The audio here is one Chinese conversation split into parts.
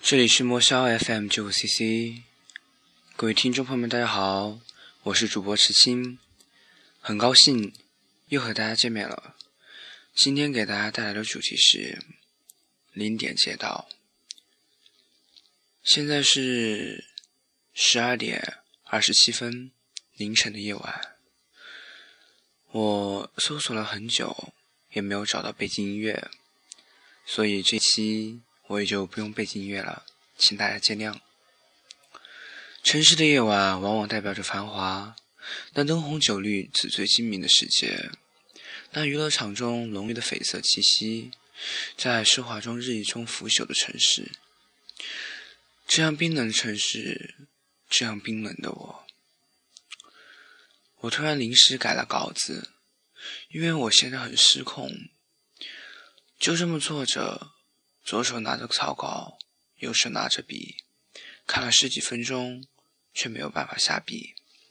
这里是莫萧 FM95CC， 各位听众朋友们大家好，我是主播池青，很高兴又和大家见面了。今天给大家带来的主题是0点街道。现在是12点27分，凌晨的夜晚。我搜索了很久也没有找到背景音乐，所以这期我也就不用背景音乐了，请大家见谅。城市的夜晚往往代表着繁华，那灯红酒绿、纸醉金迷的世界，那娱乐场中浓郁的绯色气息，在奢华中日益中腐朽的城市。这样冰冷的城市，这样冰冷的我突然临时改了稿子，因为我现在很失控，就这么坐着，左手拿着草稿，右手拿着笔，看了10几分钟，却没有办法下笔。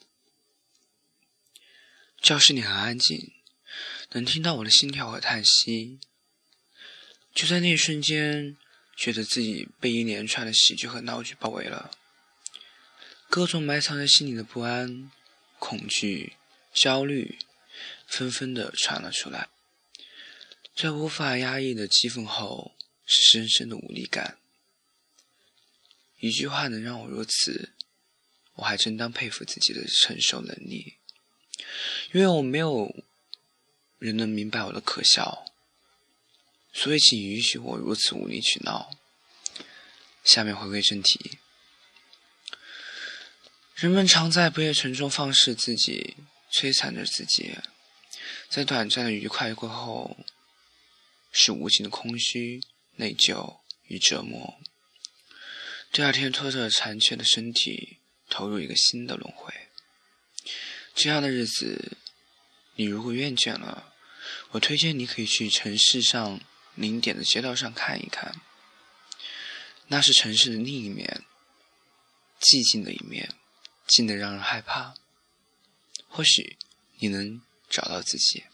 教室里很安静，能听到我的心跳和叹息。就在那一瞬间，觉得自己被一连串的喜剧和闹剧包围了，各种埋藏在心里的不安、恐惧、焦虑纷纷地传了出来。在无法压抑的激愤后，是深深的无力感。一句话能让我如此，我还真当佩服自己的承受能力，因为我没有人能明白我的可笑，所以请允许我如此无理取闹。下面回归正题。人们常在不夜城中放肆自己，摧残着自己，在短暂的愉快过后，是无尽的空虚、内疚与折磨。第二天拖着残缺的身体投入一个新的轮回。这样的日子，你如果厌倦了，我推荐你可以去城市上0点的街道上看一看。那是城市的另一面，寂静的一面，静得让人害怕。或许你能找到自己。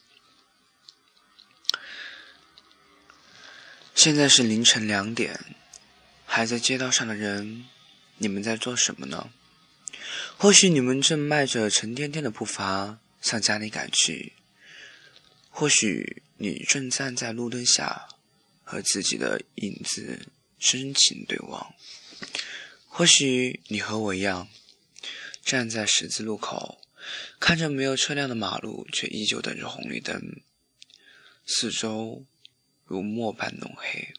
现在是凌晨2点，还在街道上的人，你们在做什么呢？或许你们正迈着沉甸甸的步伐向家里赶去，或许你正站在路灯下和自己的影子深情对望，或许你和我一样站在十字路口，看着没有车辆的马路，却依旧等着红绿灯，四周如墨般浓黑。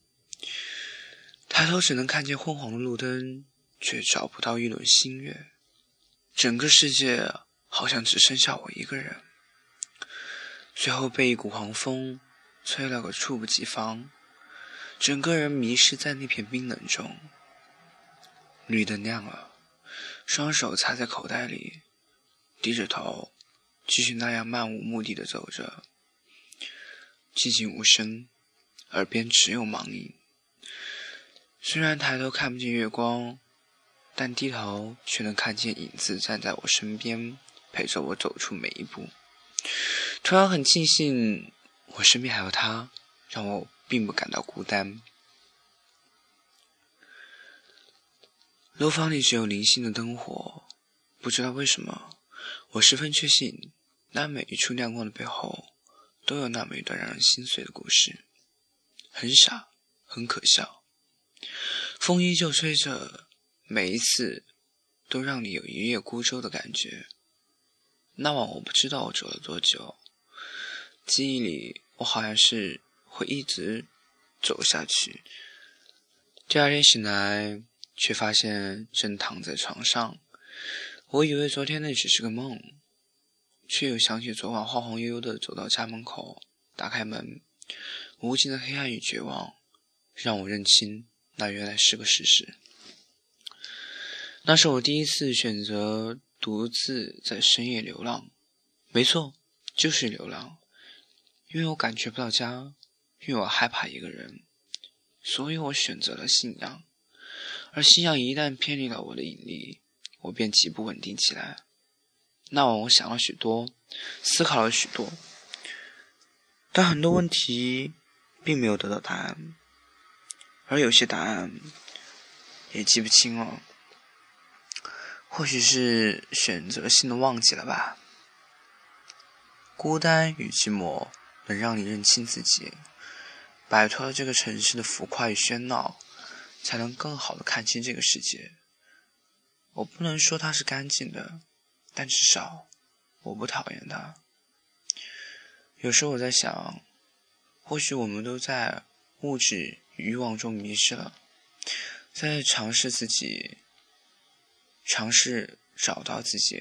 抬头只能看见昏黄的路灯，却找不到一轮新月。整个世界好像只剩下我一个人，随后被一股狂风吹了个猝不及防，整个人迷失在那片冰冷中。绿灯亮了，双手插在口袋里，低着头继续那样漫无目的地走着。寂静无声，耳边只有盲影。虽然抬头看不见月光，但低头却能看见影子站在我身边，陪着我走出每一步。突然很庆幸我身边还有他，让我并不感到孤单。楼房里只有零星的灯火，不知道为什么，我十分确信，那每一处亮光的背后，都有那么一段让人心碎的故事。很傻，很可笑。风依旧吹着，每一次都让你有一叶孤舟的感觉。那晚我不知道我走了多久，记忆里我好像是会一直走下去。第二天醒来，却发现正躺在床上。我以为昨天那只是个梦，却又想起昨晚晃晃悠悠地走到家门口，打开门，无尽的黑暗与绝望让我认清那原来是个事实。那是我第一次选择独自在深夜流浪，没错，就是流浪。因为我感觉不到家，因为我害怕一个人，所以我选择了信仰。而信仰一旦偏离了我的引力，我便极不稳定起来。那晚我想了许多，思考了许多，但很多问题并没有得到答案，而有些答案也记不清了，或许是选择性的忘记了吧。孤单与寂寞能让你认清自己，摆脱了这个城市的浮夸与喧闹，才能更好的看清这个世界。我不能说它是干净的，但至少我不讨厌它。有时候我在想，或许我们都在物质与欲望中迷失了，在尝试找到自己，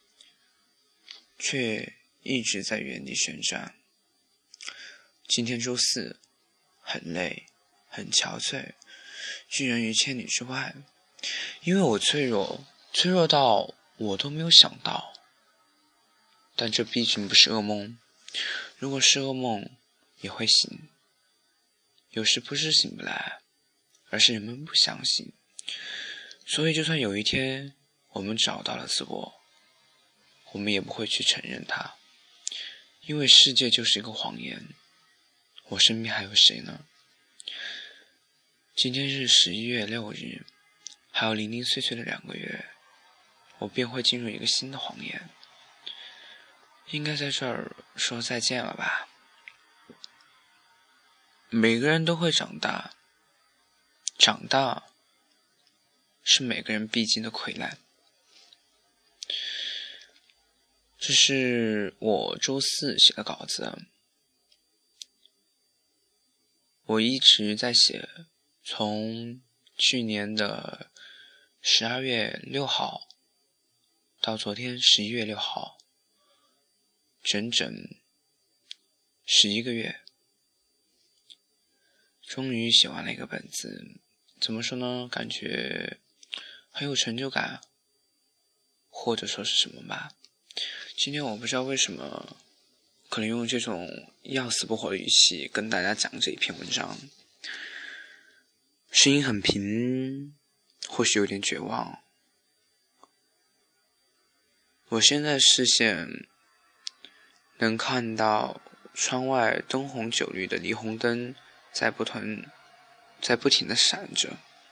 却一直在原地旋转。今天周四，很累，很憔悴，拒人于千里之外，因为我脆弱到我都没有想到。但这毕竟不是噩梦，如果是噩梦也会醒。有时不是醒不来，而是人们不相信。所以就算有一天我们找到了自我，我们也不会去承认它，因为世界就是一个谎言。我身边还有谁呢？今天是11月6日，还有零零碎碎的2个月，我便会进入一个新的谎言。应该在这儿说再见了吧。每个人都会长大，长大是每个人必经的溃烂。这是我周四写的稿子，我一直在写，从去年的12月6号到昨天11月6号，整整11个月，终于写完了一个本子。怎么说呢？感觉很有成就感，或者说是什么吧。今天我不知道为什么，可能用这种要死不活的语气跟大家讲这一篇文章，声音很平，或许有点绝望。我现在视线能看到窗外灯红酒绿的霓虹灯在不停地闪着，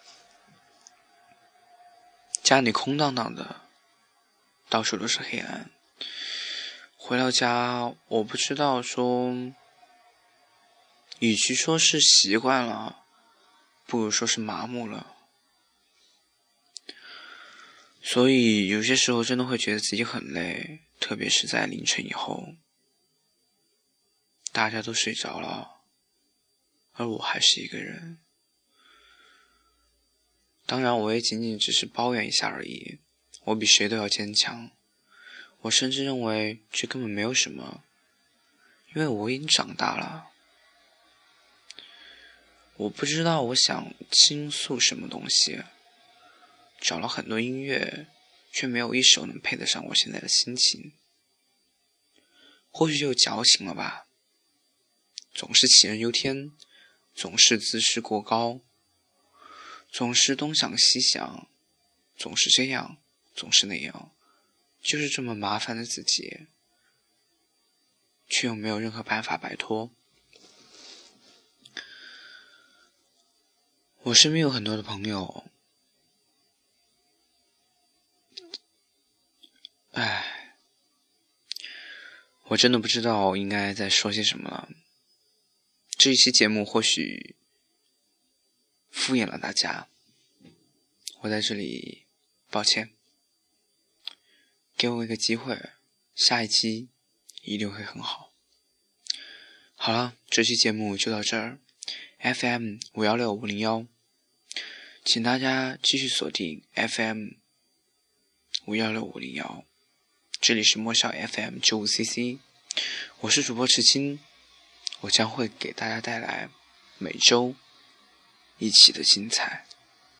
家里空荡荡的，到处都是黑暗。回到家，我不知道说，与其说是习惯了，不如说是麻木了。所以有些时候真的会觉得自己很累，特别是在凌晨以后，大家都睡着了，而我还是一个人。当然我也仅仅只是抱怨一下而已，我比谁都要坚强。我甚至认为这根本没有什么，因为我已经长大了。我不知道我想倾诉什么东西，找了很多音乐，却没有一首能配得上我现在的心情。或许就矫情了吧，总是杞人忧天，总是自视过高，总是东想西想，总是这样，总是那样，就是这么麻烦的自己，却又没有任何办法摆脱。我身边有很多的朋友，我真的不知道应该再说些什么了。这一期节目或许敷衍了大家，我在这里抱歉。给我一个机会，下一期一定会很好。好了，这期节目就到这儿。FM 516501，请大家继续锁定 FM 516501，这里是莫笑 FM 95cc，我是主播池青，我将会给大家带来每周一期的精彩。